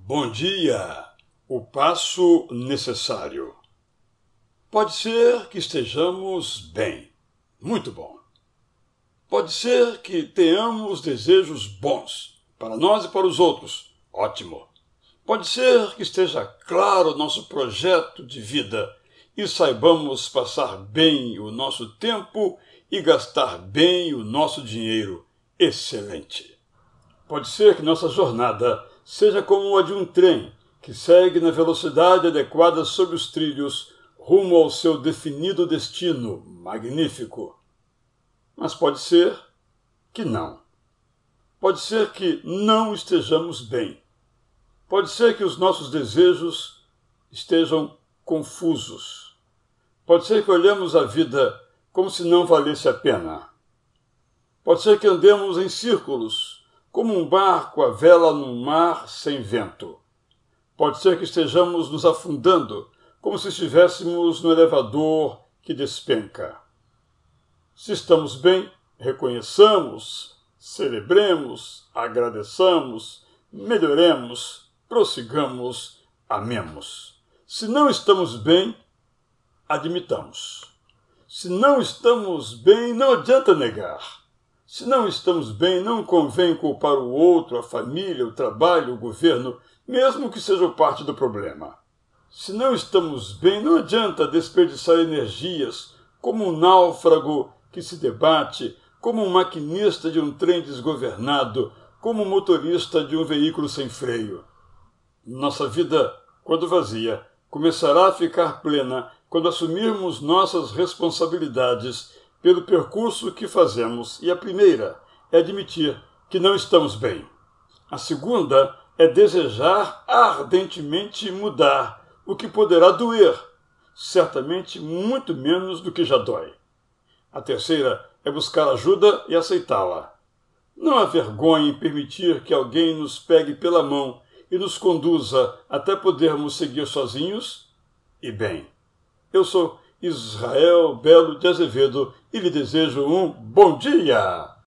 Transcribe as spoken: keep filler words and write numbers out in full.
Bom dia! O passo necessário. Pode ser que estejamos bem. Muito bom. Pode ser que tenhamos desejos bons, para nós e para os outros. Ótimo. Pode ser que esteja claro o nosso projeto de vida e saibamos passar bem o nosso tempo e gastar bem o nosso dinheiro. Excelente. Pode ser que nossa jornada seja como a de um trem que segue na velocidade adequada sobre os trilhos rumo ao seu definido destino. Magnífico. Mas pode ser que não. Pode ser que não estejamos bem. Pode ser que os nossos desejos estejam confusos. Pode ser que olhemos a vida como se não valesse a pena. Pode ser que andemos em círculos, como um barco à vela num mar sem vento. Pode ser que estejamos nos afundando, como se estivéssemos no elevador que despenca. Se estamos bem, reconheçamos, celebremos, agradeçamos, melhoremos, prossigamos, amemos. Se não estamos bem, admitamos. Se não estamos bem, não adianta negar. Se não estamos bem, não convém culpar o outro, a família, o trabalho, o governo, mesmo que sejam parte do problema. Se não estamos bem, não adianta desperdiçar energias como um náufrago que se debate, como um maquinista de um trem desgovernado, como um motorista de um veículo sem freio. Nossa vida, quando vazia, começará a ficar plena quando assumirmos nossas responsabilidades pelo percurso que fazemos, e a primeira é admitir que não estamos bem. A segunda é desejar ardentemente mudar, o que poderá doer, certamente muito menos do que já dói. A terceira é buscar ajuda e aceitá-la. Não há vergonha em permitir que alguém nos pegue pela mão e nos conduza até podermos seguir sozinhos e bem. Eu sou Israel Belo de Azevedo e lhe desejo um bom dia!